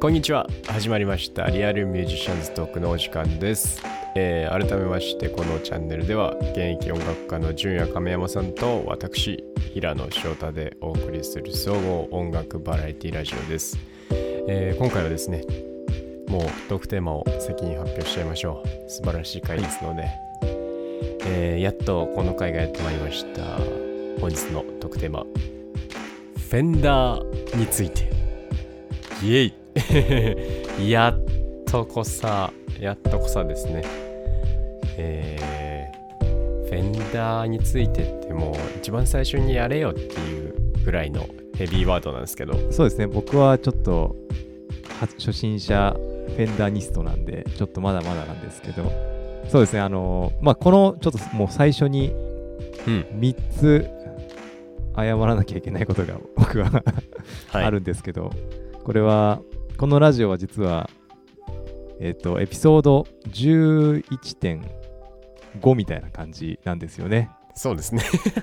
こんにちは。始まりましたリアルミュージシャンズトークのお時間です。改めましてこのチャンネルでは現役音楽家の純也亀山さんと私平野翔太でお送りする総合音楽バラエティラジオです。今回はですね、もうトークテーマを先に発表しちゃいましょう。素晴らしい回ですので、やっとこの回がやってまいりました。本日のトークテーマ、フェンダーについて。イエイやっとこさですね。フェンダーについてってもう一番最初にやれよっていうぐらいのヘビーワードなんですけど、 そうですね、僕はちょっと初心者フェンダーニストなんでちょっとまだまだなんですけど、そうですね、このちょっともう最初に3つ謝らなきゃいけないことが僕はあるんですけど、このラジオは実はエピソード 11.5 みたいな感じなんですよね。 そうですね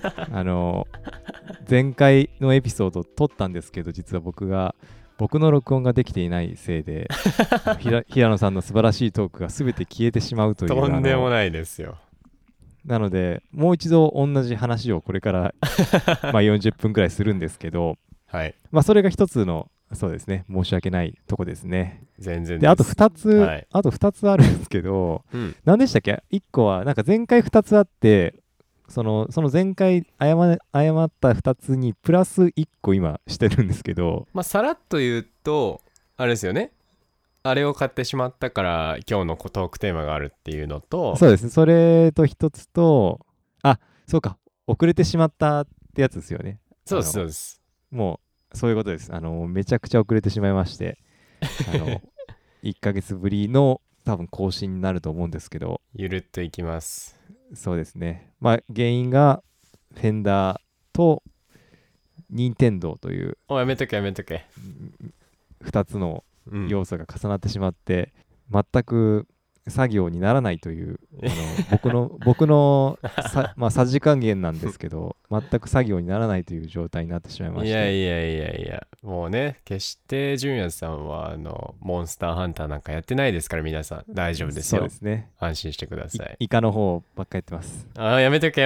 前回のエピソード撮ったんですけど、実は僕の録音ができていないせいで平野さんの素晴らしいトークが全て消えてしまうというとんでもないですよ。 なのでもう一度同じ話をこれから40分くらいするんですけど、 はい、 それが一つのそうですね、申し訳ないとこですね。 全然です。 であと2つあるんですけど、何でしたっけ。1個はなんか前回2つあって、その前回謝った2つにプラス1個今してるんですけど、 さらっと言うとあれですよね、あれを買ってしまったから今日のトークテーマがあるっていうのと、 そうですね、それと1つと、そうか、遅れてしまったってやつですよね。 そうです。 もうそういうことです。めちゃくちゃ遅れてしまいまして1ヶ月ぶりの多分更新になると思うんですけど、 ゆるっといきます。 そうですね、原因がフェンダーと任天堂というやめとけ 2つの要素が重なってしまって、全く作業にならないという僕のさじ加減なんですけど全く作業にならないという状態になってしまいまして。 いやもうね、決して純也さんはモンスターハンターなんかやってないですから、皆さん大丈夫ですよ。 そうですね、 安心してください。 イカの方ばっかやってます。 やめとけ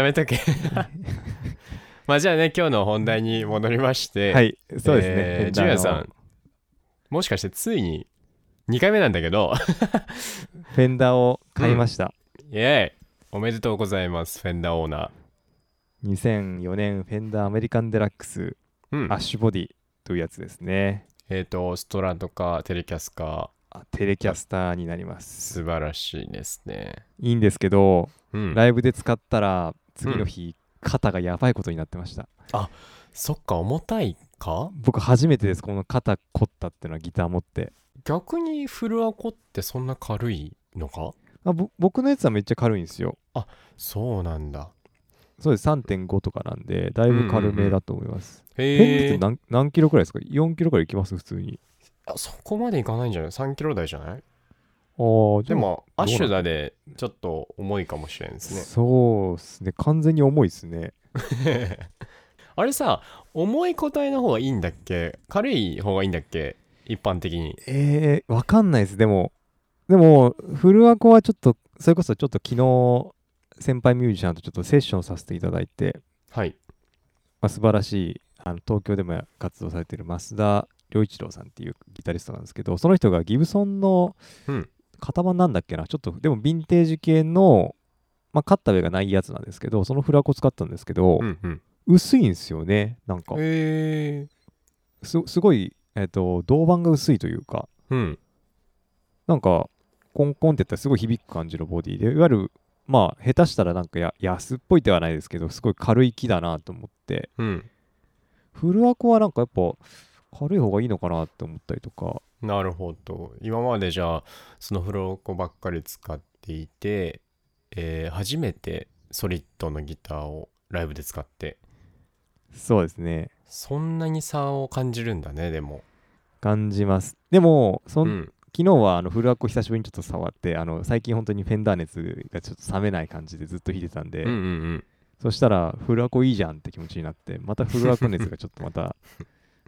じゃあね、今日の本題に戻りまして、 はいそうですね、 純也さんもしかしてついに2回目なんだけどフェンダーを買いました、 イエーイ、おめでとうございます。フェンダーオーナー2004年フェンダーアメリカンデラックス、アッシュボディというやつですね。 ストラトかテレキャスか。 テレキャスターになります。 素晴らしいですね。 いいんですけど、ライブで使ったら次の日、肩がやばいことになってました。 そっか、重たいか。 僕初めてです、この肩凝ったっていうのはギター持って。 逆にフルアコってそんな軽いのか。 僕のやつはめっちゃ軽いんですよ。 そうなんだ。 そうです、 3.5 とかなんでだいぶ軽めだと思います。 へえ。 ペンって何キロくらいですか。4キロくらいいきます普通に。 そこまでいかないんじゃない。3キロ台じゃない。でもアッシュダでちょっと重いかもしれないですね。 そうですね、完全に重いですねあれさ、重い個体の方がいいんだっけ、軽い方がいいんだっけ、一般的に。 わかんないです。でもフルアコはちょっとそれこそちょっと昨日先輩ミュージシャンとちょっとセッションさせていただいて、 はい、 素晴らしい東京でも活動されている増田良一郎さんっていうギタリストなんですけど、その人がギブソンの型番なんだっけな、ちょっとでもヴィンテージ系のカッタウェイがないやつなんですけど、そのフルアコ使ったんですけど、薄いんですよね。なんかすごい、銅板が薄いというか、なんかコンコンってやったらすごい響く感じのボディで、いわゆる下手したらなんか安っぽい手はないですけどすごい軽い木だなと思って、フルアコはなんかやっぱ軽い方がいいのかなって思ったりとか。 なるほど。今までじゃあそのフルアコばっかり使っていて、初めてソリッドのギターをライブで使って。 そうですね、 そんなに差を感じるんだね。でも感じます。でも昨日はフルアコ久しぶりにちょっと触って、最近本当にフェンダー熱がちょっと冷めない感じでずっと弾いてたんで、そしたらフルアコいいじゃんって気持ちになって、またフルアコ熱がちょっとまた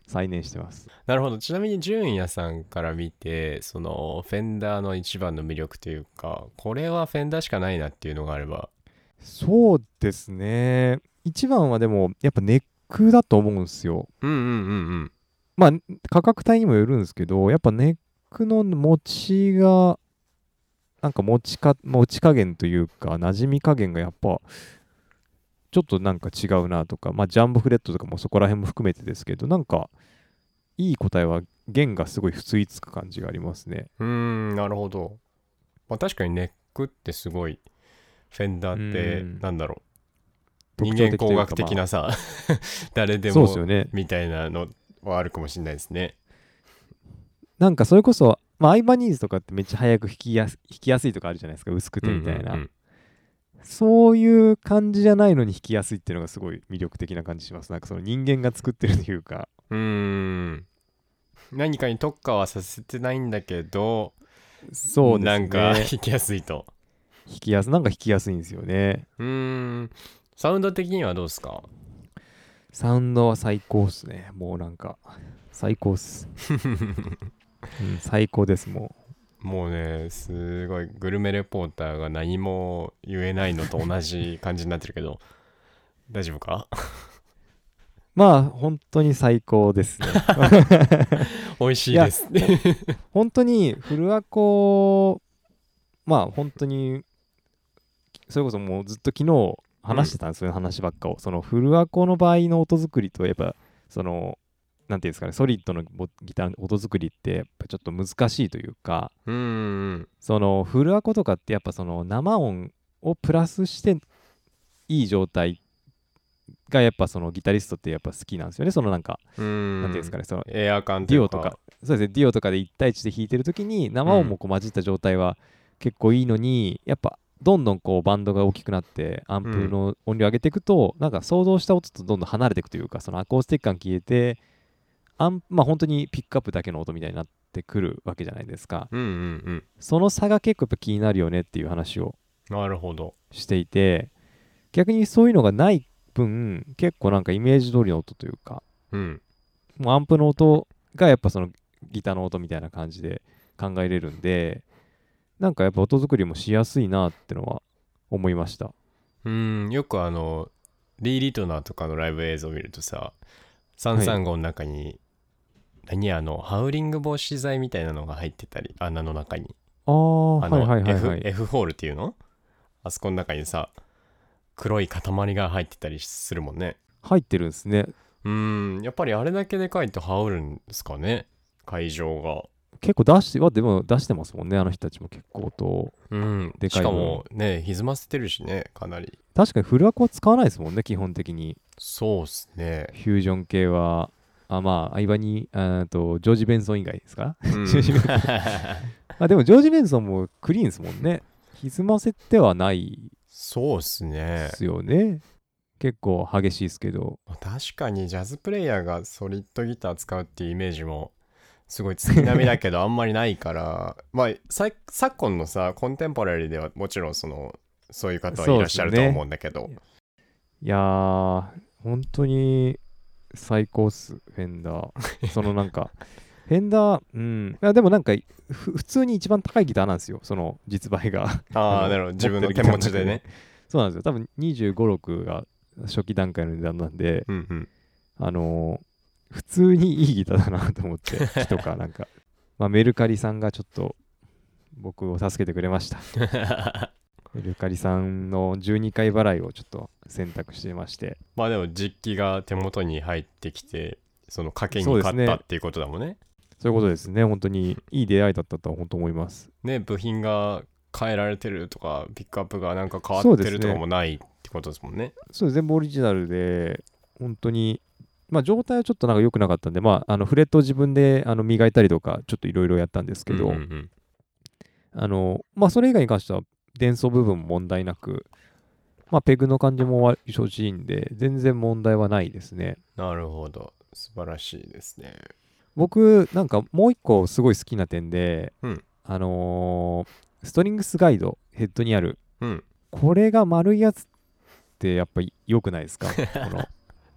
再燃してます。 なるほど。ちなみに純也さんから見て、そのフェンダーの一番の魅力というか、これはフェンダーしかないなっていうのがあれば。 そうですね。一番はでもやっぱネックだと思うんですよ。 うんうんうんうん。 まあ価格帯にもよるんですけど、やっぱネックの持ちがなんか持ち加減というか馴染み加減がやっぱちょっとなんか違うなとか、まあジャンボフレットとかもそこら辺も含めてですけど、なんかいい答えは弦がすごい不ついつく感じがありますね。 なるほど。まあ確かにネックってすごい、フェンダうーってん。 なんだろう。人特徴間工学的というか、まあ、 的なさ、誰でもそうですよね。 みたいなのはあるかもしれないですね。 なんかそれこそ、まあ、アイバニーズとかってめっちゃ早く弾きやすいとかあるじゃないですか、薄くうんうてみたいな。 んそういう感じじゃないのに弾きやすいっていうのがすごい魅力的な感じします。なんかその人間が作ってるというか。 うん。何かに特化はさせてないんだけど、 そうですなんかね。 弾きやすいと。 なんか弾きやすいんですよね。 サウンド的にはどうですか？ サウンドは最高っすね。もうなんか、最高っす。うん、最高です、ももうね、すごいグルメレポーターが何も言えないのと同じ感じになってるけど、大丈夫か？ う。まあ、本当に最高ですね。 美味しいや、 いです本当にフルアコ、まあ本当にそれこそもうずっと昨日話してたんですよね、話ばっかを。そのフルアコの場合の音作りとやっぱそのなんていうんですかね、ソリッドのギターの音作りってやっぱちょっと難しいというか、 うん。 そのフルアコとかってやっぱその生音をプラスしていい状態がやっぱそのギタリストってやっぱ好きなんですよね。そのなんかなんていうんですかね、そのエア感というか。 ディオとか、そうですね、ディオとかで1対1で弾いてる時に生音もこう混じった状態は結構いいのに、やっぱどんどんこうバンドが大きくなってアンプの音量上げていくと、なんか想像した音とどんどん離れていくというか、そのアコースティック感消えて、まあ本当にピックアップだけの音みたいになってくるわけじゃないですか。 うんうんうん。 その差が結構やっぱ気になるよねっていう話をなるほど。 していて、逆にそういうのがない分、結構なんかイメージ通りの音というか、 うん。 もうアンプの音がやっぱそのギターの音みたいな感じで考えれるんで、なんかやっぱ音作りもしやすいなってのは思いました。 よくリー・リトナーとかのライブ映像を見るとさ、 はい。 335の中に、ハウリング防止剤みたいなのが入ってたり、穴の中に。 ああ、はいはいはいは い。 F ホールっていうの？あそこの中にさ、黒い塊が入ってたりするもんね。 入ってるんですね。 やっぱりあれだけでかいと羽織るんですかね、会場が。 結構でも出してますもんね、あの人たちも結構音しかでかい分。 もね、歪ませてるしね、かなり。 確かにフルアコは使わないですもんね、基本的に。 そうっすね。 フュージョン系は。まあ、相場に、ジョージ・ベンソン以外ですか？ うジョージ・ベンソン。でもジョージ・ベンソンもクリーンですもんね。歪ませてはないそうっすでね。 すよね。結構激しいですけど。 確かにジャズプレイヤーがソリッドギター使うっていうイメージもすごい月並みだけどあんまりないから、まあ昨今のさコンテンポラリーではもちろんそういう方はいらっしゃると思うんだけど、 いやー、本当に最高っす、フェンダー。そのなんか、フェンダー、うん。いや、でもなんか、普通に一番高いギターなんですよ、その実売が。 ああなるほど、自分の手持ちでね。 そうなんですよ。多分25、6が初期段階の値段なんで、 うんうん。 あの普通にいいギターだなと思って、木とかなんか、まあ、メルカリさんがちょっと僕を助けてくれました。メルカリさんの12回払いをちょっと選択していまして。 まあでも実機が手元に入ってきて、その賭けに勝そうですね。 ったっていうことだもんね。 そういうことですね。本当にいい出会いだったとは本当思います。 ね、部品が変えられてるとか、ピックアップがなんか変わってるとかそうですね。 もないってことですもんね。 そうです。全部オリジナルで、本当に、まあ状態はちょっとなんか良くなかったんで、まあ、フレットを自分で磨いたりとか、ちょっといろいろやったんですけうんうんうど、 ん。 まあそれ以外に関しては、伝送部分も問題なく、まあペグの感じも正直いいんで、全然問題はないですね。 なるほど。素晴らしいですね。 僕、なんかもう一個すごい好きな点で、 うん。 ストリングスガイド、ヘッドにある、 うん。 これが丸いやつってやっぱり良くないですか？この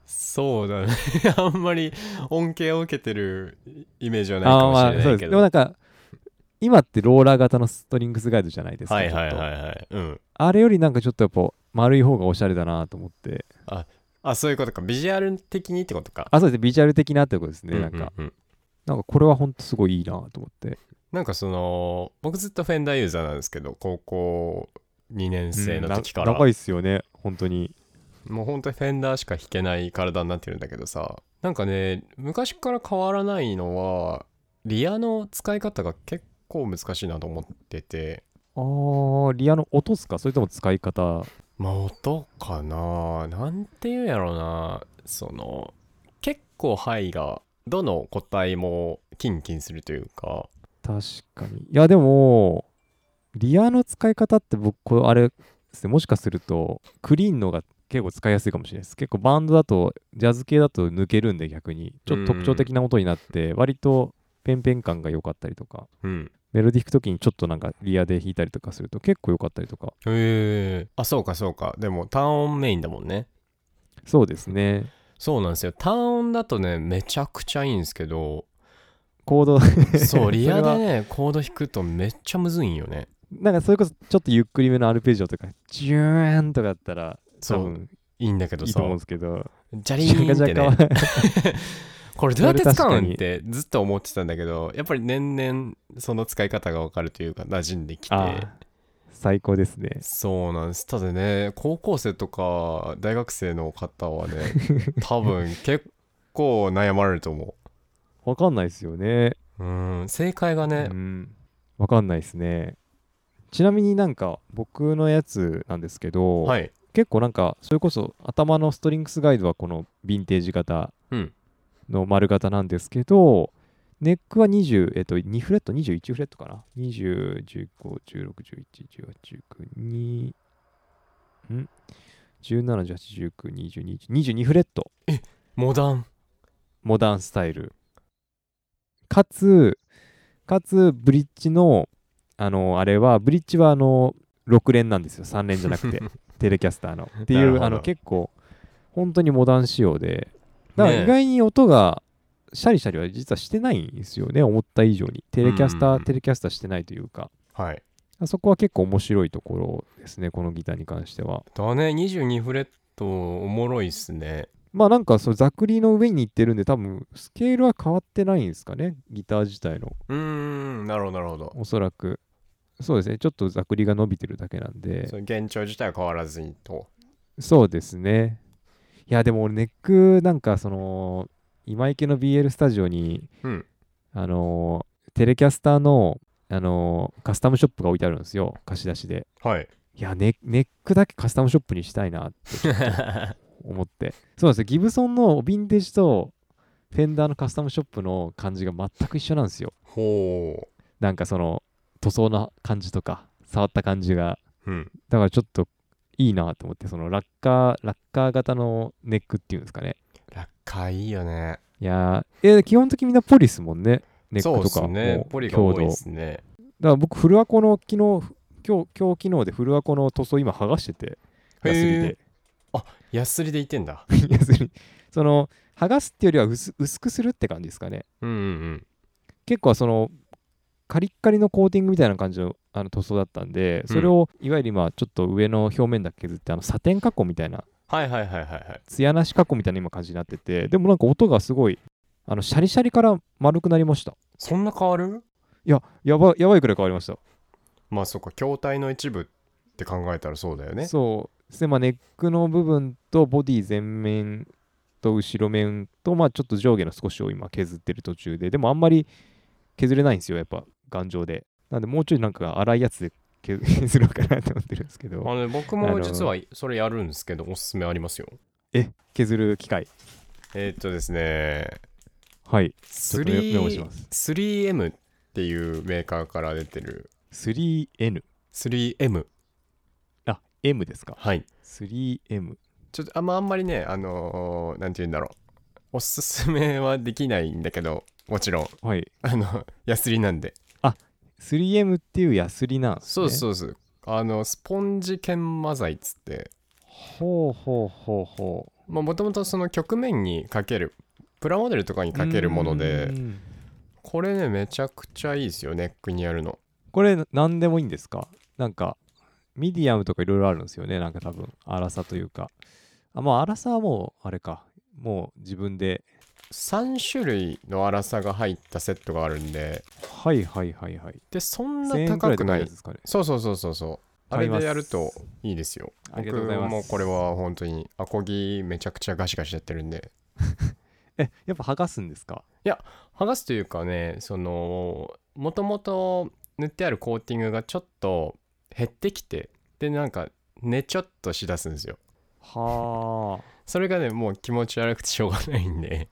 そうだねあんまり恩恵を受けてるイメージはないかもしれそうです。 ないけど。 でもなんか、今ってローラー型のストリングスガイドじゃないですか、 はいはいちょっと。 はいはい。うん。 あれよりなんかちょっとやっぱ丸い方がおしゃれだなと思って。 そういうことか。ビジュアル的にってことか。 そうですね、ビジュアル的なってことですね。 うんうなんか、 んうん。 なんかこれはほんとすごいいいなと思って。 なんか僕ずっとフェンダーユーザーなんですけど、高校2年生の時から。 長いっすよね、本当に。 もう本当にフェンダーしか弾けない体になってるんだけどさ、なんかね、昔から変わらないのは、リアの使い方が結構難しいなと思ってて、 リアの音っすか？それとも使い方？ まあ音かな、なんていうんやろうな、結構範囲が、どの個体もキンキンするというか、 確かに。いや、でも、リアの使い方って僕、あれですね、もしかすると、クリーンのが結構使いやすいかもしれないです。結構バンドだと、ジャズ系だと抜けるんで逆に、ちょっと特徴的な音になって、割とペンペン感が良かったりとか、 うん。 メロディ弾くときにちょっとなんかリアで弾いたりとかすると結構良かったりとか。 へえ。そうかそうか。でも単音メインだもんね。 そうですね。 そうなんですよ。単音だとね、めちゃくちゃいいんですけど、 コードそう、リアでそれは、 ね、コード弾くとめっちゃむずいんよね。 なんかそれこそちょっとゆっくりめのアルペジオとか、ジューンとかだったら多そう、 分いいんだけどさ、 いいと思うんですけど、 ジャリーンってね、 若干これどうやって使うんっそれ確かに、 てずっと思ってたんだけど、やっぱり年々その使い方がわかるというか、馴染んできて、 最高ですね。 そうなんです。ただね、高校生とか大学生の方はね、多分結構悩まれると思わかんないですよね。 う。正解がね、 わかんないですね。ちなみになんか僕のやつなんですけど、 はい。 結構なんかそれこそ頭のストリングスガイドはこのヴィンテージ型うん。 の丸型なんですけど、ネックは20、2フレット、21フレットかな？ 20、15、16、11、18、19、2、17、18、19、20、22フレット。 モダン。 モダンスタイル。かつ、ブリッジの、あれは、ブリッジは6連なんですよ。3連じゃなくて。テレキャスターの。っていう、 なるほど。 結構、本当にモダン仕様で、だから意ね外に音が、シャリシャリは実はしてないんですよね。思った以上に。 え。 テレキャスターしてないというか。 はい。 そこは結構面白いところですね。このギターに関しては。 だね、22フレットおもろいっすね。 まあなんかそう、ザクリの上に行ってるんで、多分、スケールは変わってないんですかね。ギター自体の。 なるほどなるほど。 おそらく。そうですね。ちょっとザクリが伸びてるだけなんで。 その現状自体は変わらずにと。 そうですね。いや、でも俺ネック、なんか今池の BL スタジオに、 うん。 テレキャスターの、カスタムショップが置いてあるんですよ。貸し出しで。 はい。 いや、ネックだけカスタムショップにしたいなってちょっと思って。そうなんですよ。ギブソンのヴィンテージとフェンダーのカスタムショップの感じが全く一緒なんですよ。 ほなんか塗装の感じとか、触った感じが。 う。うん。 だからちょっといいなと思って、ラッカー型のネックっていうんですかね。 ラッカーいいよね。 いや基本的にみんなポリスもんね。ネッそうっクとかすね。 もポリが強度。 多いっだかすね。 ら僕、フルアコの今日昨日でフルアコの塗装今剥がしてて、ヤスリへえ。 で。 あ、ヤスリでいてんだ。 ヤスリ。剥がすっていうよりは薄くするって感じですかね。 うんうん結構カリッカリのコーティングみたいな感じの塗装だったんで、 うん。うん。 それをいわゆる今ちょっと上の表面だけ削ってサテン加工みたいな、 はいはいはいはいはい。 艶なし加工みたいな今感じになってて、でもなんか音がすごい、シャリシャリから丸くなりました。 そんな変わる？ いや、やばいくらい変わりました。 まあそっか、筐体の一部って考えたらそうだよね。 そうですね、まあ、ネックの部分とボディ前面と後ろ面と、まあちょっと上下の少しを今削ってる途中で、でもあんまり削れないんですよ、やっぱ頑丈で。なんでもうちょいなんか粗いやつで削ろうかなと思ってるんですけど。 僕も実はそれやるんですけど、おすすめありますよ。 削る機械。 ですね、 はい。ちょっとメモします。 3M っていうメーカーから出てる 3N。 3M。 M ですか？ はい。 3M。 ちょっとあんまりね、なんて言うんだろう。おすすめはできないんだけど、もちろん。 はい。 ヤスリなんで。 3M っていうヤスリなんですね。 そうそうそう。スポンジ研磨剤っつって、 ほうほうほうほう。 もともとその曲面にかけるプラモデルとかにかけるもので、これねめちゃくちゃいいですよ、ネックにやるの。 これ何でもいいんですか？なんかミディアムとかいろいろあるんですよね。なんか多分粗さというか、まあ粗さはもうあれか、もう自分で。 3種類の粗さが入ったセットがあるんで。 はいはいはいはい。 でそんな 1000円くら高くない。 いで買えるやつですかね。 そうそうそうそうそう。あれでやるといいですよ。 ありがとうございます。 僕もこれは本当にアコギめちゃくちゃガシガシやってるんで。 やっぱ剥がすんですか？ いや、剥がすというかね、そのもともと塗ってあるコーティングがちょっと減ってきて、でなんかねちょっとしだすんですよ。 はあ。 それがねもう気持ち悪くてしょうがないんで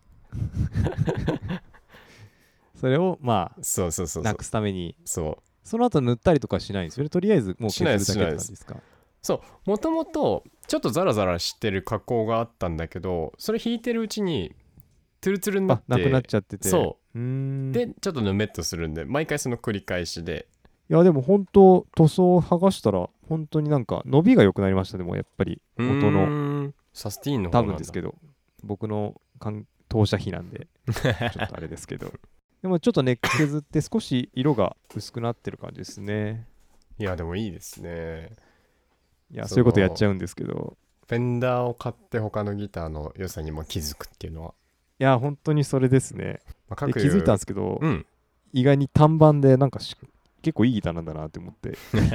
それをまあそうそうそうそう、 なくすために、 そうその後塗ったりとかしないんですよね。とりあえずもう削るだけって感じですか？ そうもともとちょっとザラザラしてる加工があったんだけど、それ引いてるうちにツルツルになってなくなっちゃってて。 そうでちょっとぬめっとするんで、毎回その繰り返しで。 いやでも本当塗装を剥がしたら本当になんか伸びが良くなりましたね。もうやっぱり元のサスティーンの方多なんだ。 分ですけど、僕の投射費なんでちょっとあれですけどでもちょっとネック削って少し色が薄くなってる感じですね。 いやでもいいですね。 いやそういうことやっちゃうんですけど、 フェンダーを買って他のギターの良さにも気づくっていうのは、 いや本当にそれですね。で気づいたんですけど、意外に単板でなんか結構いいギターなんだなって思って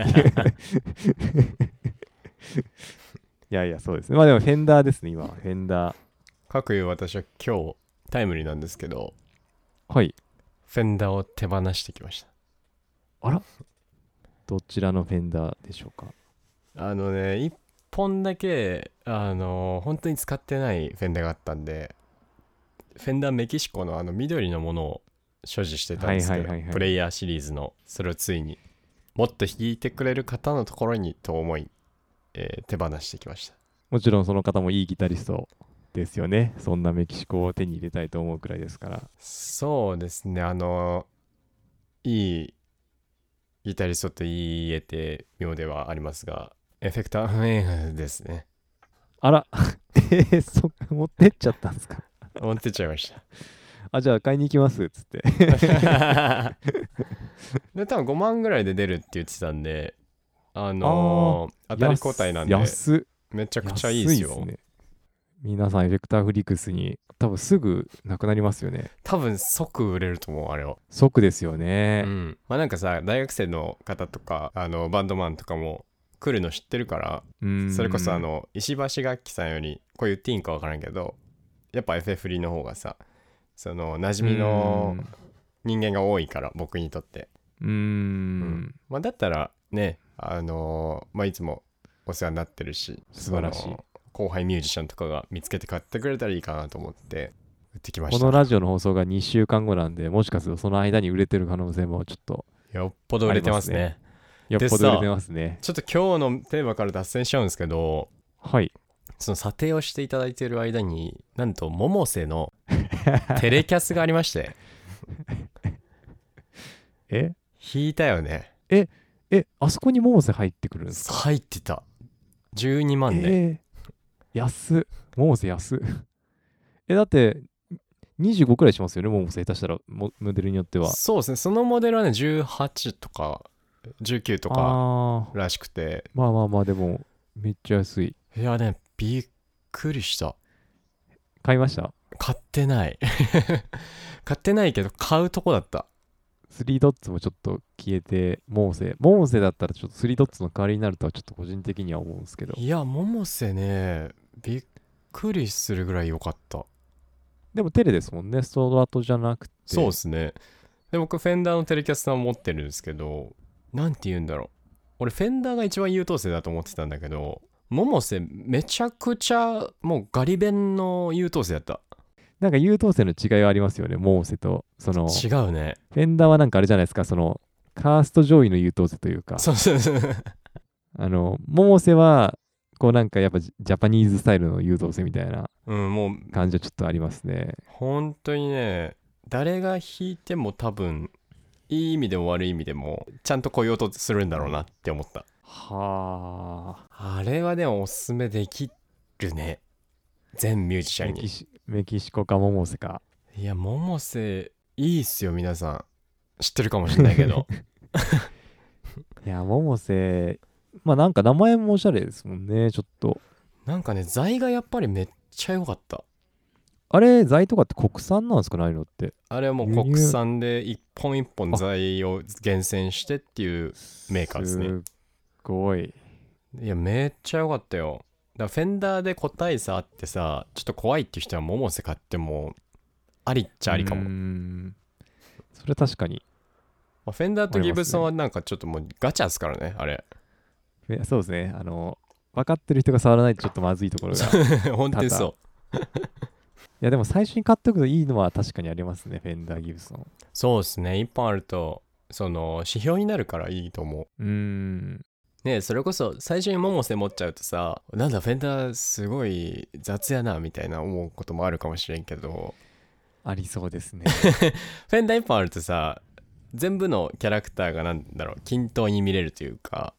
いやいやそうですね。まあでもフェンダーですね。今はフェンダー。 かくいう私は今日タイムリーなんですけど、 はい。 フェンダーを手放してきました。 あら、どちらのフェンダーでしょうか？ 1本だけ本当に使ってないフェンダーがあったんで、フェンダーメキシコの緑のものを所持してたんですけど、プレイヤーシリーズの、それをついにもっと弾いてくれる方のところにと思い、手放してきました。 もちろんその方もいいギタリストですよね。そんなメキシコを手に入れたいと思うくらいですから。 そうですね、いいギタリストと言えて妙ではありますが、エフェクターですね。 あら持ってっちゃったんですか？ 持ってっちゃいましたじゃあ買いに行きますっつってで多分5万ぐらいで出るって言ってたんで、当たり交代なんでめちゃくちゃいいですよ。 安いですね。皆さんエフェクターフリックスに多分すぐなくなりますよね。 多分即売れると思う、あれは。 即ですよね。 まあなんかさ、大学生の方とかバンドマンとかも来るの知ってるから、それこそ石橋楽器さんより、こう言っていいんか分からんけど、やっぱ FF フリーの方がさ、その馴染みの人間が多いから、僕にとって。まあだったらね、まあいつもお世話になってるし、 素晴らしい後輩ミュージシャンとかが見つけて買ってくれたらいいかなと思って売ってきました。 このラジオの放送が2週間後なんで、もしかするとその間に売れてる可能性もちょっと、 よっぽど売れてますね。 よっぽど売れてますね。 ちょっと今日のテーマから脱線しちゃうんですけど、 はい。 その査定をしていただいている間に、なんと百瀬のテレキャスがありまして弾いたよね。 あそこに百瀬入ってくるんですか？ 入ってた。12万で。 安っ。百瀬安っ。だって25くらいしますよね、百瀬下手したらモデルによっては。 そうですね、そのモデルはね18とか19とからしくて、 まあでもめっちゃ安い。 いやね、びっくりした。 買いました？ 買ってない買ってないけど買うとこだった。 3ドッツもちょっと消えて、百瀬だったらちょっと3ドッツの代わりになるとはちょっと個人的には思うんですけど。 いや、百瀬ね、びっくりするぐらい良かった。 でもテレですもんね、ストラトじゃなくて。 そうですね。で、僕フェンダーのテレキャスさん持ってるんですけど、なんて言うんだろう、俺フェンダーが一番優等生だと思ってたんだけど、百瀬めちゃくちゃもうガリ弁の優等生だった。 なんか優等生の違いはありますよね、百瀬と。 違うね。 フェンダーはなんかあれじゃないですか、カースト上位の優等生というか。 そう百瀬はこうなんかやっぱジャパニーズスタイルの優等生みたいなもう感じはちょっとありますね。 本当にね、誰が弾いても多分いい意味でも悪い意味でもちゃんとこういう音するんだろうなって思った。 はあれはでもおすすめできるね。 全ミュージシャンに。 メキシコか百瀬か。 いや、百瀬いいっすよ、皆さん。知ってるかもしれないけど。 いや、百瀬、まあなんか名前もおしゃれですもんね、ちょっと。 なんかね、材がやっぱりめっちゃ良かった。 あれ、材とかって国産なんですかね、ああいうのって。 あれはもう国産で一本一本材を厳選してっていうメーカーですね。 すごい。 いや、めっちゃ良かったよ。だからフェンダーで個体差あってさ、ちょっと怖いっていう人は百瀬買ってもありっちゃありかも。 それ確かに。 まあフェンダーとギブソンはなんかちょっともうガチャですからね、あれ。 そうですね。分かってる人が触らないとちょっとまずいところが。 本当にそう。 いや、でも最初に買っておくといいのは確かにありますね、フェンダー・ギブソン。 そうですね。一本あると、その指標になるからいいと思う。ねえ、それこそ最初に百瀬持っちゃうとさ、なんだフェンダーすごい雑やなみたいな思うこともあるかもしれんけど、 ありそうですね。 フェンダー一本あるとさ、全部のキャラクターがなんだろう、均等に見れるというか、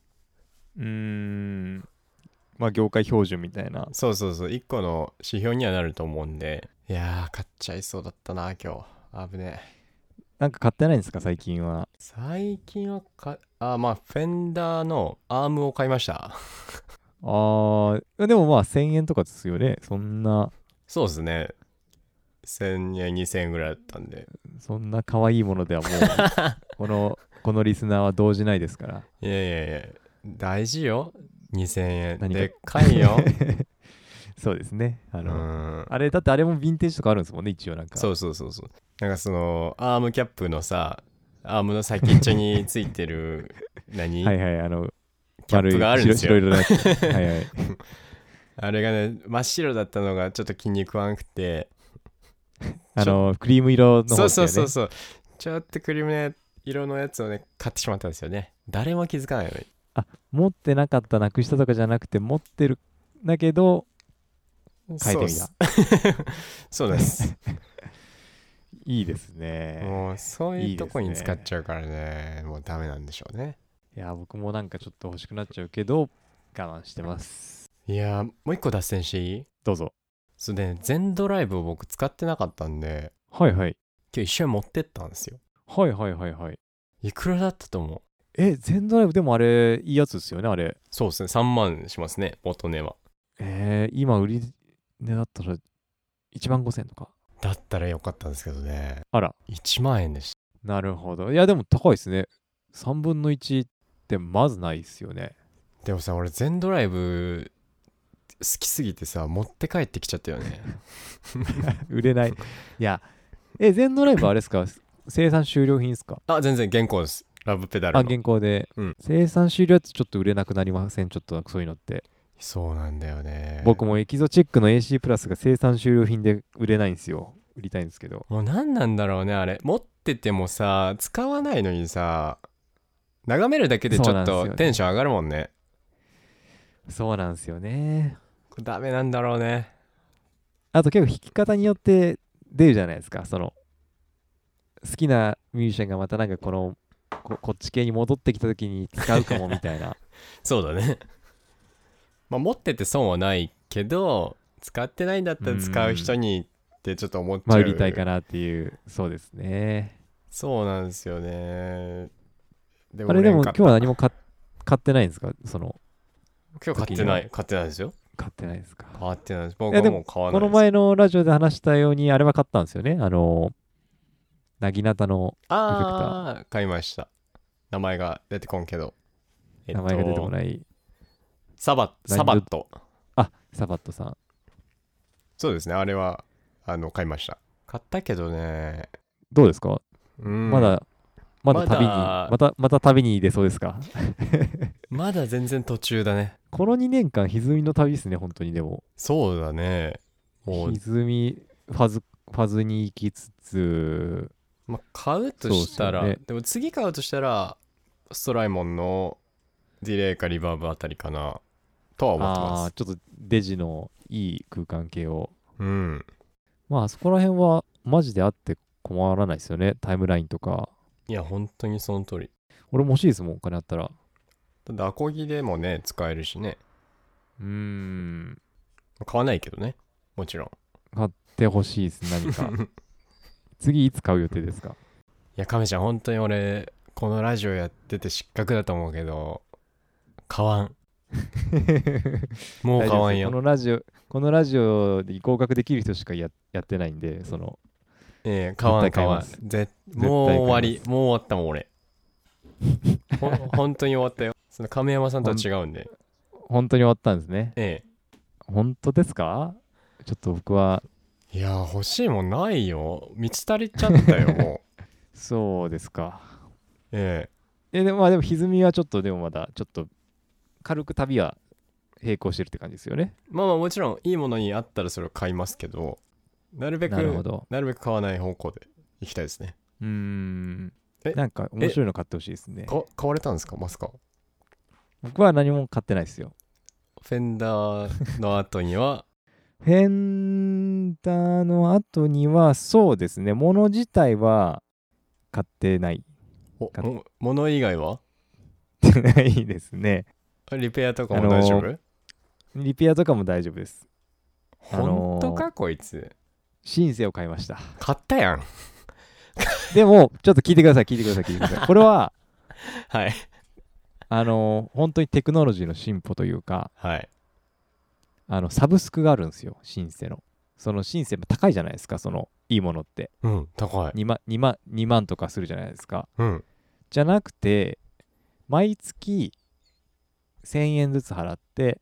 まあ業界標準みたいな。 そうそうそう、一個の指標にはなると思うんで、いやー、買っちゃいそうだったな、今日。危ねえ。 なんか買ってないんですか、最近は。 最近はまあ、フェンダーのアームを買いました。 でもまあ1000円とかですよね。そんなそうですね。1000円、2000円ぐらいだったんで。 可愛いものではもう、このリスナーは動じないですから。 いやいやいや、大事よ。2000円。 何かでっかいよ。 そうですね。 だってあれもヴィンテージとかあるんですもんね、一応なんか。 そうそうそうそう。なんかその、アームキャップのさ、アームの先っちょについてる、 はいはい、 キャップがあるんですよ。 白色のやつ。はいはい。 あれがね、真っ白だったのがちょっと気に食わんくて。 クリーム色の方ですよね。 そうそうそう。ちょっとクリームの色のやつをね、買ってしまったんですよね。誰も気づかないのに。 持ってなかった、なくしたとかじゃなくて、持ってるんだけど、変えてみた。 そうです。 いいですね。 もうそういうとこに使っちゃうからね、もうダメなんでしょうね。 いや、僕もなんかちょっと欲しくなっちゃうけど、我慢してます。 いや、もう一個脱線していい？ どうぞ。 そうで、全ドライブを僕使ってなかったんで、 はいはい。 今日一緒に持ってったんですよ。 はいはいはいはい。 いくらだったと思う？ 全ドライブでもあれ、いいやつですよね、あれ。 そうですね、3万しますね、元値は。 今売り値だったら15000とか。 だったらよかったんですけどね。 あら。 1万円でした。 なるほど。いや、でも高いですね。3分の1ってまずないですよね。 でもさ、俺全ドライブ好きすぎてさ、持って帰ってきちゃったよね。 売れない。いや、全ドライブあれですか？生産終了品ですか？ 全然現行です。ラブペダルの。 現行で。生産終了やつちょっと売れなくなりません？ちょっとそういうのって。 そうなんだよね。 僕もエキゾチックの AC プラスが生産終了品で売れないんですよ。売りたいんですけど。 もう何なんだろうね、あれ。持っててもさ、使わないのにさ、眺めるだけでちょっとテンション上がるもんね。 そうなんですよね。 これダメなんだろうね。 あと結構弾き方によって出るじゃないですか。好きなミュージシャンがまたなんかこっち系に戻ってきた時に使うかもみたいな。 そうだね。まあ持ってて損はないけど、使ってないんだったら使う人にってちょっと思っちゃう。 売りたいかなっていう。そうですね。 そうなんですよね。 でも今日は何も買ってないんですか？ 今日買ってない。買ってないですよ。 買ってないですか？ 買ってないです。僕はもう買わないです。 この前のラジオで話したように、あれは買ったんですよね。なぎなたのエフェクター。買いました。名前が出てこんけど。 名前が出てこない。 サバット。 サバットさん。 そうですね。あれは、買いました。買ったけどね。 どうですか？まだ旅に、また旅に出そうですか？ まだ全然途中だね。 この2年間、歪みの旅ですね、本当にでも。 そうだね。 もう歪み、ファズに行きつつ、 まあ、買うとしたら、でも次買うとしたら、ストライモンのディレイかリバーブあたりかな、とは思ってます。 ちょっとデジのいい空間系を。 まあそこら辺はマジであって困らないですよね、タイムラインとか。 いや、本当にその通り。 俺も欲しいですもん、お金あったら。 だってアコギでもね、使えるしね。買わないけどね。 もちろん。 買ってほしいです。何か。次いつ買う予定ですか？ いや、亀ちゃん、本当に俺、このラジオやってて失格だと思うけど、買わん。もう買わんよ。 このラジオで合格できる人しかやってないんで、 買わん買わん。もう終わり。 絶対買います。 もう終わったもん、俺。本当に終わったよ。その亀山さんとは違うんで。 本当に終わったんですね。 え本当ですか？ちょっと僕は。 いや、欲しいもんないよ。満ち足りちゃったよ、もう。 そうですか。 えでも歪みはちょっと、でもまだちょっと軽く旅は並行してるって感じですよね。 まあまあもちろんいいものにあったらそれを買いますけど、なるべく買わない方向でいきたいですね。 なんか面白いの買ってほしいですね。 買われたんですか、まさか。 僕は何も買ってないですよ。 フェンダーの後にはフェンダーの後には、そうですね、物自体は買ってない。 物以外は買ってないですね。 リペアとかも大丈夫？ リペアとかも大丈夫です。 本当かこいつ。 シンセを買いました。 買ったやん。 でも、ちょっと聞いてください。これは、 はい。 本当にテクノロジーの進歩というか、 はい。 サブスクがあるんですよ、シンセの。そのシンセも高いじゃないですか、いいものって。 うん、高い。 2万とかするじゃないですか。 うん。 じゃなくて、毎月1000円ずつ払って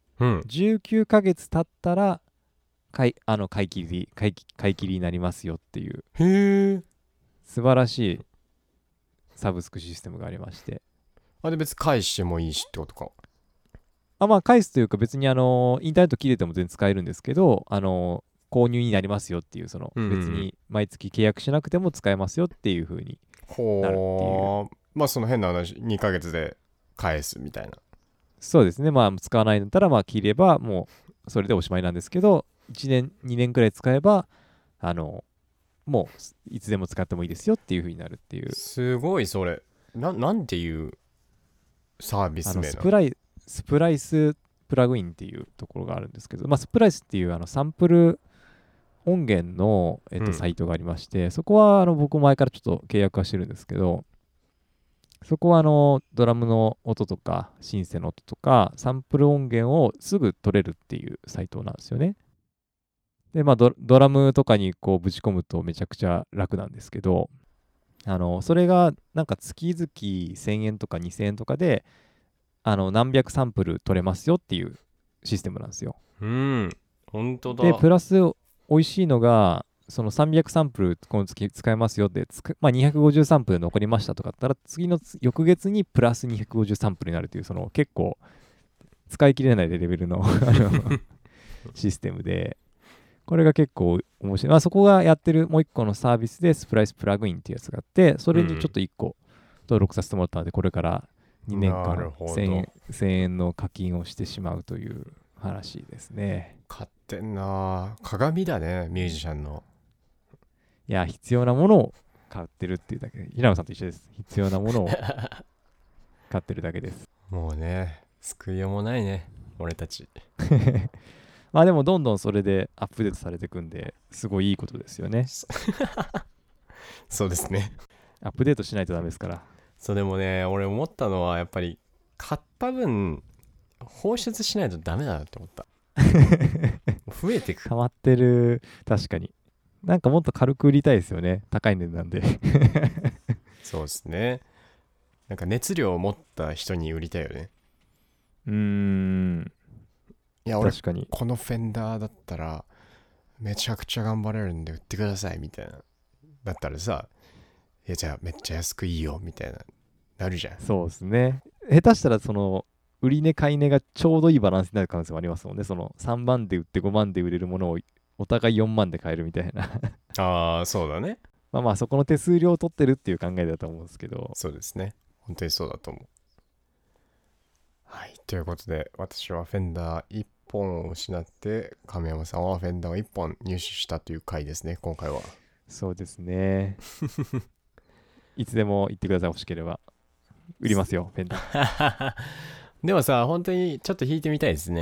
、19ヶ月経ったら買い切りになりますよっていう、 へえ。 素晴らしいサブスクシステムがありまして。 で別に返してもいいしってことか。 まあ返すというか、別にインターネット切れても全然使えるんですけど、購入になりますよっていう、別に毎月契約しなくても使えますよっていう風になるっていう。 まあその変な話、2ヶ月で返すみたいな。 そうですね。まあ使わないんだったら、まあ切ればもうそれでおしまいなんですけど、1年、2年くらい使えば、もういつでも使ってもいいですよっていう風になるっていう。 すごいそれ。なんていうサービス名なの？ スプライスプラグインっていうところがあるんですけど、スプライスっていうサンプル音源の、サイトがありまして、そこは僕前からちょっと契約はしてるんですけど、そこはドラムの音とかシンセの音とかサンプル音源をすぐ取れるっていうサイトなんですよね。で、ドラムとかにこうぶち込むとめちゃくちゃ楽なんですけど、それがなんか月々1000円とか2000円とかで何百サンプル取れますよっていうシステムなんですよ。 本当だ。 で、プラス美味しいのが、その300サンプルこの月使えますよで、250サンプル残りましたとかだったら、次の翌月にプラス250サンプルになるという、結構使い切れないレベルのシステムで、これが結構面白い。そこがやってるもう一個のサービスで、スプライスプラグインっていうやつがあって、それにちょっと一個登録させてもらったので、これから2年間1000円の課金をしてしまうという話ですね。 買ってんな。鏡だね、ミュージシャンの。 いや、必要なものを買ってるっていうだけで、平野さんと一緒です。必要なものを買ってるだけです。 もうね、救いようもないね、俺たち。 でもどんどんそれでアップデートされていくんで、すごいいいことですよね。 そうですね。 アップデートしないとダメですから。 そう、でもね、俺思ったのはやっぱり買った分放出しないとダメだなって思った。増えてく。 溜まってる。確かに。なんかもっと軽く売りたいですよね。高い値段で。 そうですね。なんか熱量を持った人に売りたいよね。いや、俺確かにこのフェンダーだったらめちゃくちゃ頑張れるんで売ってくださいみたいな。だったらさ、じゃあめっちゃ安くいいよみたいなるじゃん。 そうですね。下手したら売り値買い値がちょうどいいバランスになる可能性もありますもんね。3万で売って5万で売れるものをお互い4万で買えるみたいな。 そうだね。 そこの手数料を取ってるっていう考えだと思うんですけど。 そうですね。本当にそうだと思う。はい。ということで、私はフェンダー1本を失って、亀山さんはフェンダーを1本入手したという回ですね、今回は。 そうですね。いつでも言ってください、欲しければ。売りますよ、フェンダー。 でもさ、本当にちょっと弾いてみたいですね。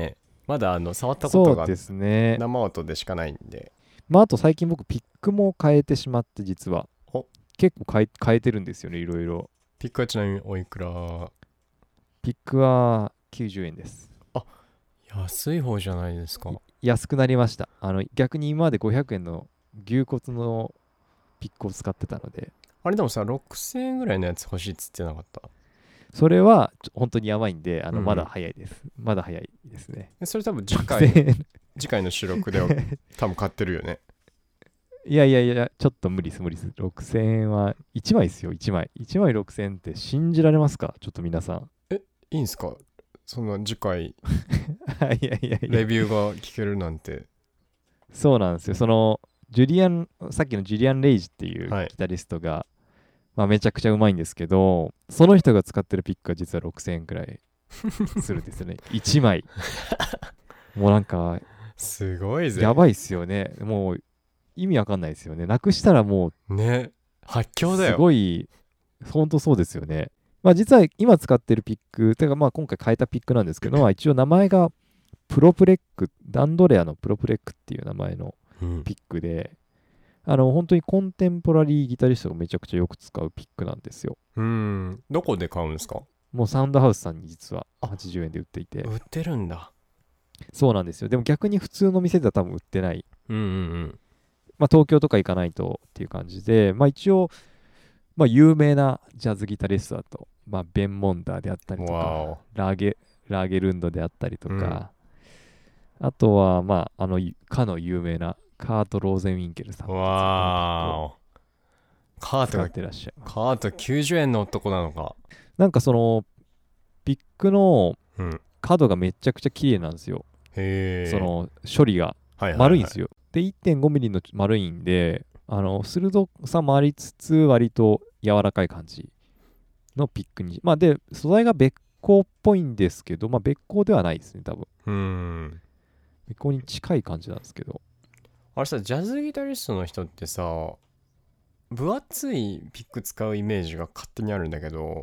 まだ触ったことがそうですね。 生音でしかないんで。 まああと最近僕ピックも変えてしまって実はお結構変えてるんですよね、いろいろ。 ピックはちなみにおいくら？ ピックは90円です。 あ、安い方じゃないですか。 安くなりました。逆に今まで500円の牛骨のピックを使ってたので、 あれでもさ、6000円ぐらいのやつ欲しいっつってなかった？ それは本当にやばいんで、 うんうんまだ早いです。まだ早いですね。 それ多分次 6000円次回の収録では多分買ってるよね。 いやいやいや、ちょっと無理です、無理です。6000円は1枚ですよ、1枚。1枚6000円って信じられますか？ちょっと皆さん。 いいんすか？そんな次回いやいやいや。 レビューが聞けるなんて。 そうなんですよ。さっきのジュリアン・レイジっていうはいギタリストが、まあ、めちゃくちゃうまいんですけど、その人が使ってるピックは実は6000円くらいするんですよね。1枚。もうなんか、 すごいぜ。 やばいっすよね。もう意味わかんないですよね。なくしたらもね。発狂う、 だよ。 すごい、ほんとそうですよね。まあ実は今使ってるピック、てかまあ今回変えたピックなんですけど、まあ一応名前がプロプレック、ダンドレアのプロプレックっていう名前のうんピックで、本当にコンテンポラリーギタリストがめちゃくちゃよく使うピックなんですよ。 どこで買うんですか？ もうサウンドハウスさんに実はあ 80円で売っていて。 売ってるんだ。 そうなんですよ。でも逆に普通の店では多分売ってない。 うんうんまあ東京とか行かないとっていう感じで、まあ一応、まあ有名なジャズギタリストだと、まあベン・モンダーであったりとかわお、 ラーゲルンドであったりとか、あとはまあかの有名なカート・ローゼンウィンケルさん。 わーカート使っがてらっしゃる。 カート90円の男なのか。 なんかその、ピックのうん角がめちゃくちゃ綺麗なんですよ。 へえ。 その処理がはいはいはい丸いんですよ。で、1.5ミリの丸いんで、鋭さもありつつ、割と柔らかい感じのピックに。まあで、素材がべっ甲っぽいんですけど、まあべっ甲ではないですね、多分。べっ甲に近い感じなんですけど。 あれさ、ジャズギタリストの人ってさ、分厚いピック使うイメージが勝手にあるんだけど、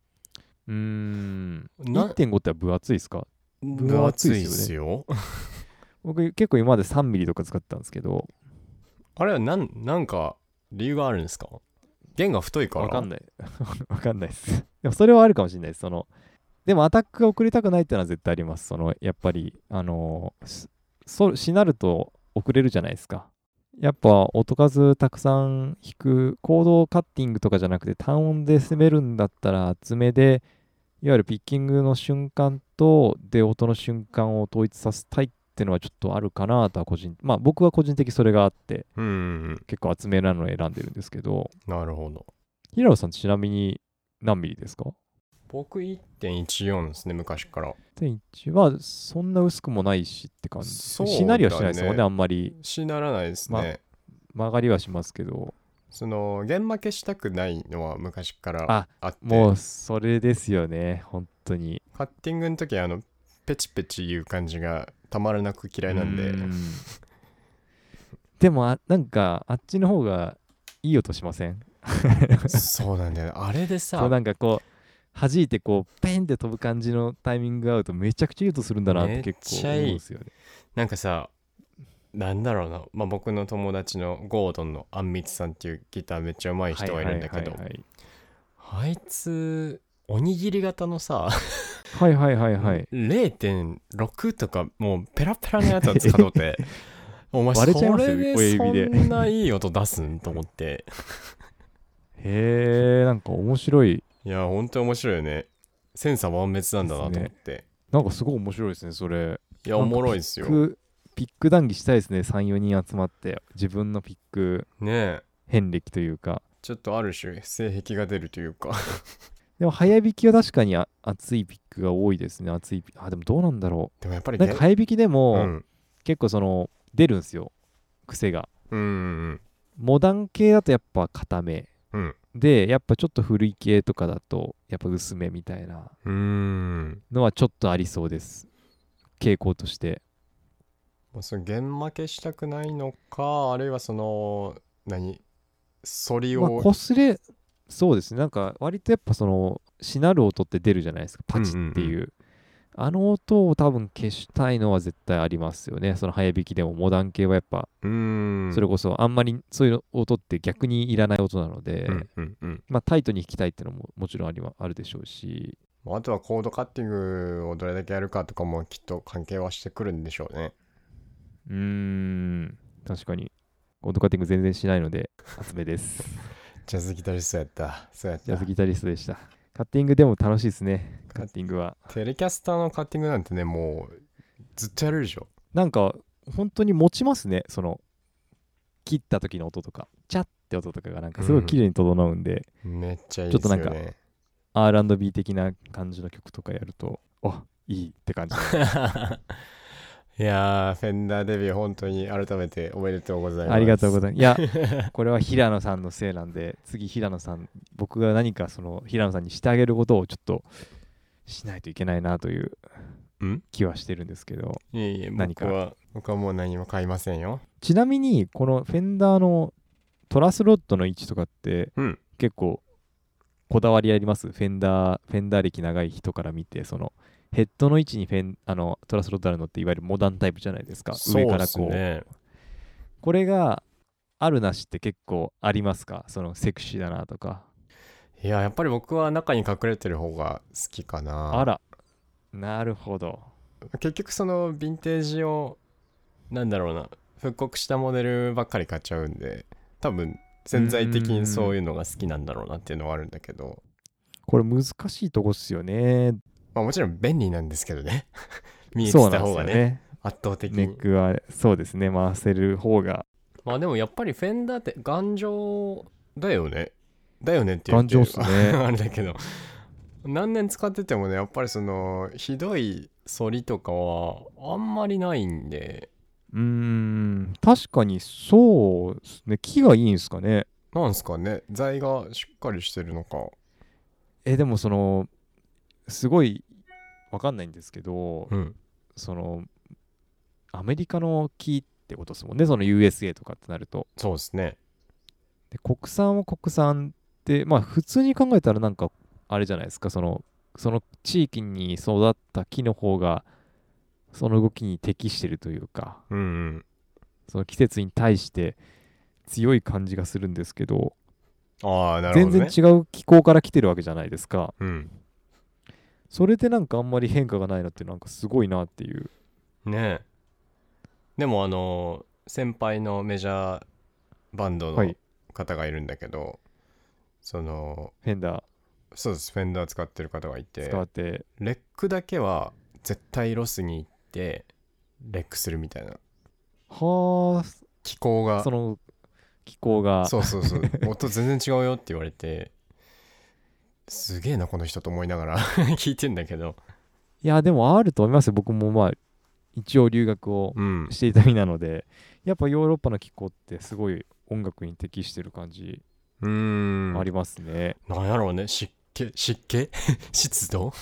1.5 って分厚いですか？ 分厚いですよ。 僕結構今まで3ミリとか使ってたんですけど、 あれはなんか理由があるんですか？弦が太いから？ わかんない。わかんないです。でもそれはあるかもしれないです。でもアタックが遅れたくないっていうのは絶対あります。やっぱり、しなると遅れるじゃないですか。やっぱ音数たくさん弾く、コードカッティングとかじゃなくて単音で攻めるんだったら厚めで、いわゆるピッキングの瞬間とで音の瞬間を統一させたいっていうのはちょっとあるかなとはまあ僕は個人的にそれがあって、結構厚めなのを選んでるんですけど、 なるほど。 平野さんちなみに何ミリですか？ 僕1.14 ですね、昔から。 1.1はそんな薄くもないしって感じ。 そうだね。 しなりはしないですもんね、あんまり。 しならないですね。 曲がりはしますけど。 弦負けしたくないのは昔からあって。 もうそれですよね、本当に。 カッティングの時ペチペチいう感じがたまらなく嫌いなんで。 でもなんかあっちの方がいい音しません？ そうなんだよ。あれでさ、 なんかこう弾いてこうペンって飛ぶ感じのタイミングが合うとめちゃくちゃいい音するんだなって結構思うんですよね。 なんかさ、なんだろうな、まあ、僕の友達のゴードンのあんみつさんっていうギターめっちゃうまい人がいるんだけど、あいつおにぎり型のさ0.6 とかもうペラペラのやつを使っとってお前それでそんないい音出すんと思ってへえ、なんか面白い。 いや本当に面白いよね。千差万別なんだなと思って、 なんかすごい面白いですねそれ。 いやおもろいですよ。 ピック談義したいですね。 3,4 人集まって自分のピック遍歴というか、 ちょっとある種性癖が出るというかでも早弾きは確かに熱いピックが多いですね。でもどうなんだろう。 でもやっぱりなんか早弾きでも、結構出るんですよ、癖が。モダン系だとやっぱ固め、でやっぱちょっと古い系とかだとやっぱ薄めみたいなのはちょっとありそうです、傾向として。 弦負けしたくないのか、あるいは反りを、 擦れ、そうですね。なんか割とやっぱしなる音って出るじゃないですか、パチっていう、 あの音を多分消したいのは絶対ありますよね。その早弾きでもモダン系はやっぱ、それこそあんまりそういう音って逆にいらない音なので、まあタイトに弾きたいっていうのももちろんあるでしょうし、 あとはコードカッティングをどれだけやるかとかもきっと関係はしてくるんでしょうね。 確かに。コードカッティング全然しないので、厚めです。 ジャズギタリストやった。そうやった。 ジャズギタリストでした。カッティングでも楽しいですね。カッティングは。 テレキャスターのカッティングなんてね、もうずっとやるでしょ。 なんか、本当に持ちますね。その、切った時の音とか、チャッって音とかがなんかすごい綺麗に整うんで、 めっちゃいいですよね。 ちょっとなんか、R&B 的な感じの曲とかやると、いいって感じ。 いやー、フェンダーデビュー本当に改めておめでとうございます。 ありがとうございます。いや、これは平野さんのせいなんで、次平野さん、僕が何かその平野さんにしてあげることをちょっとしないといけないなという気はしてるんですけど。 いえいえ、僕はもう何も買いませんよ。 ちなみに、このフェンダーのトラスロットの位置とかって、結構こだわりあります？フェンダー歴長い人から見て、そのヘッドの位置にトラスロットあるのっていわゆるモダンタイプじゃないですか。上からこう。これがあるなしって結構ありますか？そのセクシーだなとか。 いや、やっぱり僕は中に隠れてる方が好きかな。 あら、なるほど。 結局そのヴィンテージをなんだろうな、復刻したモデルばっかり買っちゃうんで、多分潜在的にそういうのが好きなんだろうなっていうのはあるんだけど、 これ難しいとこっすよね。 まあもちろん便利なんですけどね。見えてた方がね、圧倒的に。 ネックはそうですね、回せる方が。 まあでもやっぱりフェンダーって頑丈だよね。だよねって言って頑丈っすね。 あれだけど、何年使っててもね、やっぱりそのひどい反りとかはあんまりないんで。 確かにそうですね。木がいいんすかね。 なんすかね、材がしっかりしてるのか。 でもそのすごいわかんないんですけど、そのアメリカの木ってことですもんね。その USA とかってなると。 そうですね。 で国産は国産ってまあ普通に考えたらなんかあれじゃないですか。その地域に育った木の方がその動きに適してるというか、その季節に対して強い感じがするんですけど、 なるほどね、 全然違う気候から来てるわけじゃないですか。それでなんかあんまり変化がないのってなんかすごいなっていう。 ねえ。でも先輩のメジャーバンドの方がいるんだけど、そのフェンダー、 そうです、フェンダー使ってる方がいて、レックだけは絶対ロスに行ってレックするみたいな。気候がそう音全然違うよって言われて、すげえなこの人と思いながら聞いてんだけど。 いやでもあると思いますよ。僕もまあ一応留学をしていた身なので、やっぱヨーロッパの気候ってすごい音楽に適してる感じありますね。 なんやろうね、湿気湿度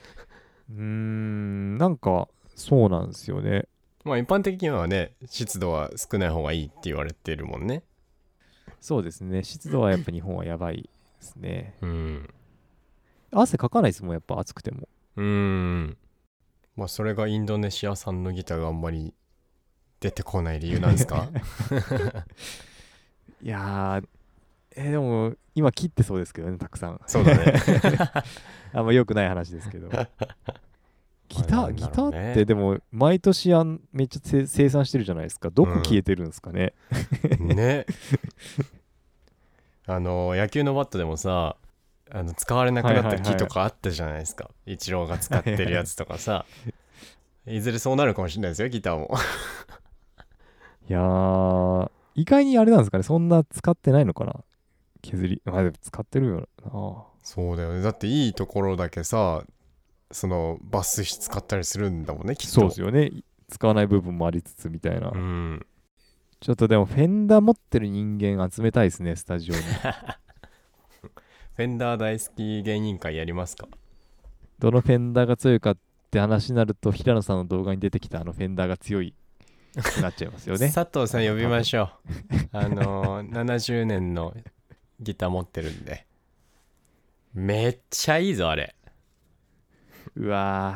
なんかそうなんですよね。 まあ一般的にはね、湿度は少ない方がいいって言われてるもんね。 そうですね、湿度はやっぱ日本はやばいですね。汗かかないですもん、やっぱ暑くても。 まあそれがインドネシア産のギターがあんまり出てこない理由なんですか？ いやでも今切ってそうですけどね、たくさん。 そうだね。 あんま良くない話ですけど。ギターってでも毎年めっちゃ生産してるじゃないですか。どこ消えてるんですかね。 ね。野球のバットでもさ、使われなくなった木とかあったじゃないですか。イチローが使ってるやつとかさ。いずれそうなるかもしれないですよ、ギターも。 いやー、意外にあれなんですかね。そんな使ってないのかな、削り。まあでも使ってるよな。 そうだよね。だっていいところだけさ、そのバス紙使ったりするんだもんね、きっと。 そうですよね。使わない部分もありつつみたいな。ちょっとでもフェンダー持ってる人間集めたいですね、スタジオに。 フェンダー大好き芸人会やりますか？ どのフェンダーが強いかって話になると、平野さんの動画に出てきたフェンダーが強いくなっちゃいますよね。 佐藤さん呼びましょう。70年のギター持ってるんで。めっちゃいいぞ、あれ。 うわ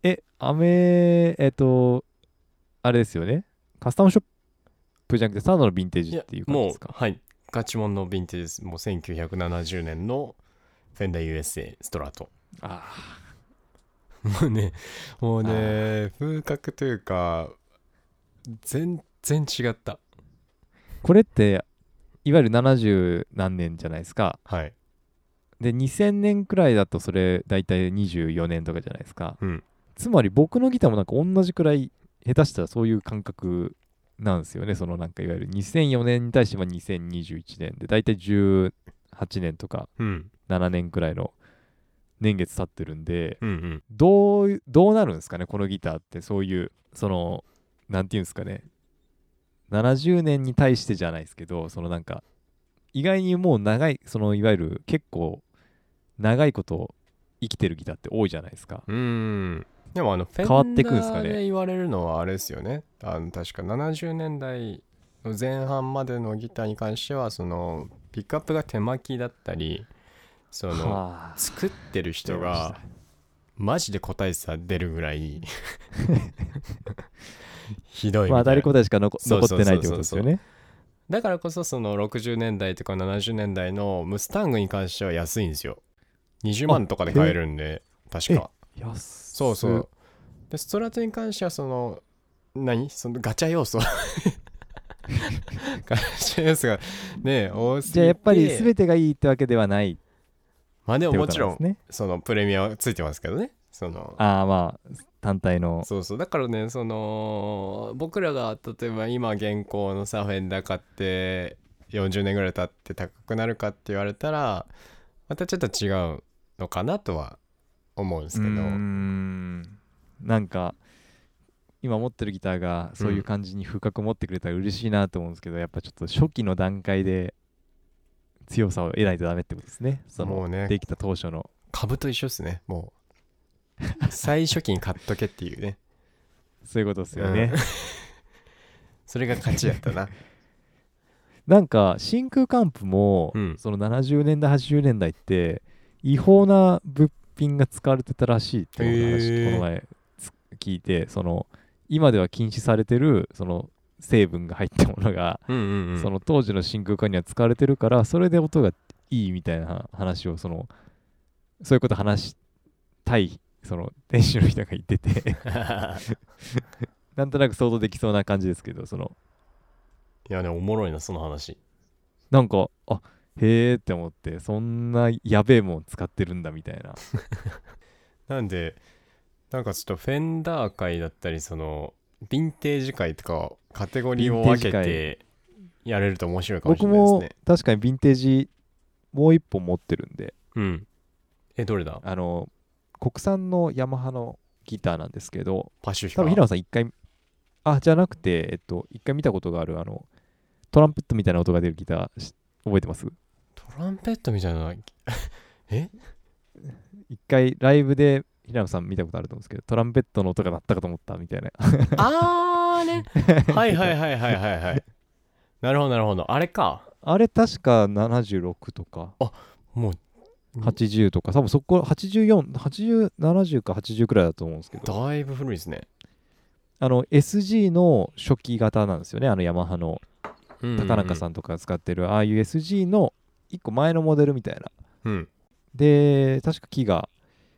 あれですよね。カスタムショップじゃなくて、ただのヴィンテージっていう感じですか？ もう、はい。ガチモンのヴィンテージです。もう1970年のフェンダー USA ストラト。 あもうね、もうあね、風格というか、全然違った。 これって、いわゆる70何年じゃないですか。 はい。 で、2000年くらいだとそれ、だいたい24年とかじゃないですか。 うん。 つまり僕のギターもなんか同じくらい、下手したらそういう感覚なんですよね。そのなんかいわゆる2004年に対しては2021年で、だいたい18年とかうん。 7年くらいの年月経ってるんで、 うんうん。 どうなるんですかね、このギターって。そういう、なんていうんですかね、70年に対してじゃないですけど、なんか、意外にもう長い、いわゆる結構長いこと生きてるギターって多いじゃないですか。 うーん。でもフ変わってェンダいくんですかね。 ーで言われるのはあれですよね。確か70年代の前半までのギターに関しては、ピックアップが手巻きだったり、 はあ、 作ってる人が出ました。 マジで個体差出るぐらいひどいまあ、当たみたいな。 り答えしかそうそう残ってないってこそうそうそう。 とですよね。 だからこそ60年代とか70年代のムスタングに関しては安いんですよ。20 あ、 万とかで買えるんで、確か。そう安っ。 そう。で、ストラトに関してはガチャ要素ガチャ要素がね、多すぎじゃあやっぱりて、 全てがいいってわけではないっまあでもてこもちろん、 となんですね。 プレミアはついてますけどね。 ああ、まあ、単体の。 そうそう。だからね、僕らが例えば今現行のフェンダー買って40年ぐらい経って高くなるかって言われたら、またちょっと違うのかなとは思うんでうーすけど。 ん。なんか、今持ってるギターがそういううん。 感じに風格持ってくれたら嬉しいなと思うんですけど、やっぱちょっと初期の段階で強さを得ないとダメってことですね。 もうね、 できた当初の。 株と一緒ですね。もう、最初期に買っとけっていうね。 そういうことですうん。 よね。 それが勝ちやったな。 なんか、真空管譜も、 うん。 その70年代、80年代って、違法な物品が使われてたらしいってことの話、このへえ。 前聞いて、今では禁止されてる、成分が入ったものが、 うんうんうん。 当時の真空管には使われてるから、それで音がいいみたいな話を、そういうこと話したい、店主の人が言っててなんとなく想像できそうな感じですけど、 いやね、おもろいな、その話。 なんか、へーって思って、そんなやべえもん使ってるんだみたいな。 なんで、なんかちょっとフェンダー界だったり、ヴィンテージ界とかカテゴリヴィンーを分テージ界。 けてやれると面白いかもし僕もれないですね。 確かにヴィンテージもう一本持ってるんで、 うん。どれだ？ 国産のヤマハのギターなんですけど、 パシフィカ？ 多分平野さん一回、じゃなくて、一回見たことがある、トランペットみたいな音が出るギター覚えてます？ トランペットみたいな。え一回ライブで平野さん見たことあると思うんですけど、トランペットの音が鳴ったかと思ったみたいなあーね。はいギター。 はいはいはいはいはい。なるほどなるほど。あれか。 あれ確か76とかあ、もう、 80とか、多分そこ84、80、70か80くらいだと思うんですけど、 だいぶ古いですね。 SG の初期型なんですよね。ヤマハのうんうん、うん。 高中さんとかが使ってる、ああいう SG の1個前のモデルみたいな。 うん。 で、確か木が、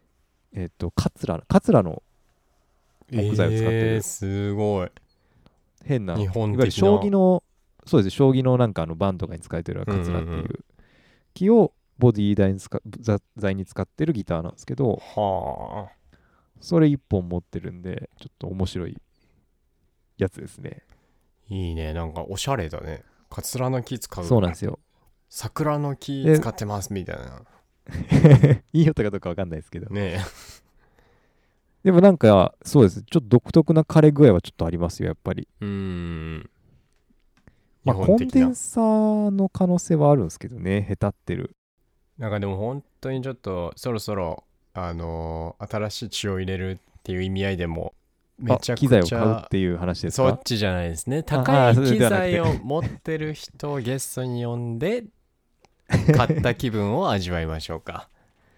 カツラの木材を使ってるすごい。 変な、い日わゆる本的な。 将棋の、そうです、将棋のなんかバンとかに使えてるカツラっていうんうんうん。 う木をボディ材に使ってるギターなんですけど、 はあ。 それ1本持ってるんで、ちょっと面白いやつですね。 いいね。なんかおしゃれだね。カツラの木使う。 そうなんですよ。 桜の木で、 使ってますみたいな。 いい音かどうかわかんないですけど。 ねえ。 でもなんか、そうです。ちょっと独特な枯れ具合はちょっとありますよ、やっぱり。 うーん。日まあ、コン本的な。 デンサーの可能性はあるんですけどね、下手ってる。 なんかでも本当にちょっとそろそろ、新しい血を入れるっていう意味合いでも、めちゃ機材をくちゃ、 買うっていう話ですか？ そっちじゃないですね。高いそれ機ではなくて。 材を持ってる人をゲストに呼んで、買った気分を味わいましょうか。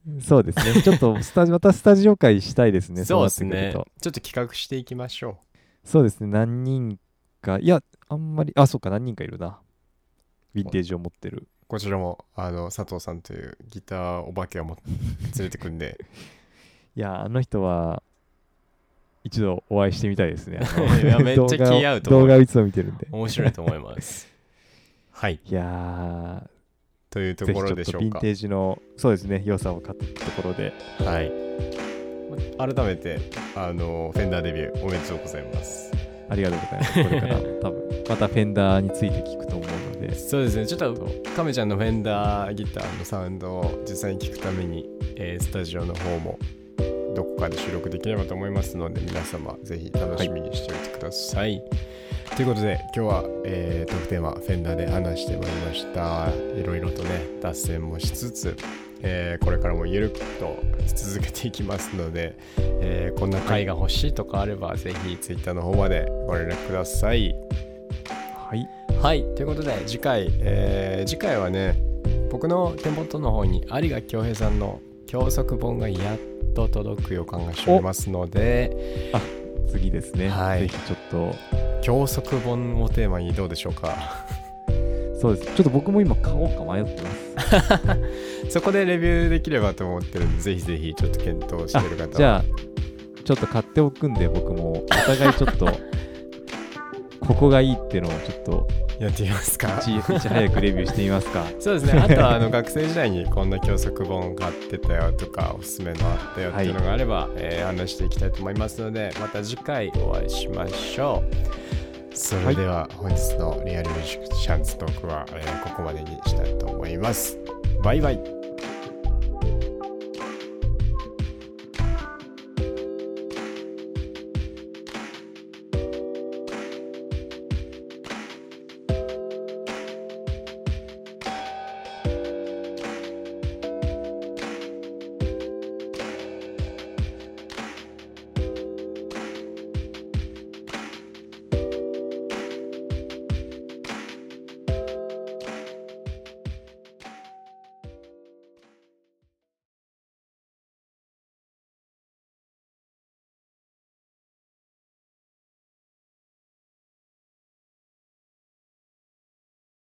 そうですね。ちょっとまたスタジオ会したいですね。 そうですね。 なってくるとちょっと企画していきましょそうですね。何人か、いや、あんまり、そうか、何人かいるな。ヴィンテージを持ってる。 こちらも佐藤さんというギターお化けを連れてくんでいや、あの人は一度お会いしてみたいですね。 いやめっちゃ気合うと思う。 動画をいつも見てるんで。 面白いと思いますはい。 いやというところでしょうか。 ぜひちょっとヴィンテージのそうですね良さを買ったところで、 はい。改めてフェンダーデビューおめでとうございます。 ありがとうございます。これから多分またフェンダーについて聞くと思うので。 そうですね。ちょっと亀ちゃんのフェンダーギターのサウンドを実際に聞くために、スタジオの方もどこかで収録できればと思いますので、皆様ぜひ楽しみにしておいてください。ということで今日は、トークテーマフェンダーで話してまいりました。いろいろとね脱線もしつつ、これからもゆるくと続けていきますので、こんな回が欲しいとかあればぜひツイッターの方までご連絡ください。 はいはい。ということで次回はね僕の手元の方に有賀恭平さんの教則本がやっと届く予感がしておりますので、 次ですね、 はい、 ぜひちょっと教則本をテーマにどうでしょうか。 そうです。ちょっと僕も今買おうか迷ってますそこでレビューできればと思ってるんで、ぜひぜひちょっと検討してる方はじゃあちょっと買っておくんで、僕もお互いちょっとここがいいっていうのをちょっとやってみますか。 いち早くレビューしてみますか。 そうですね。あとは学生時代にこんな教則本買ってたよとかおすすめのあったよっていうのがあれば、話していきたいと思いますので、また次回お会いしましょう。それでは本日のリアルミュージシャンズトークは、ここまでにしたいと思います。バイバイ。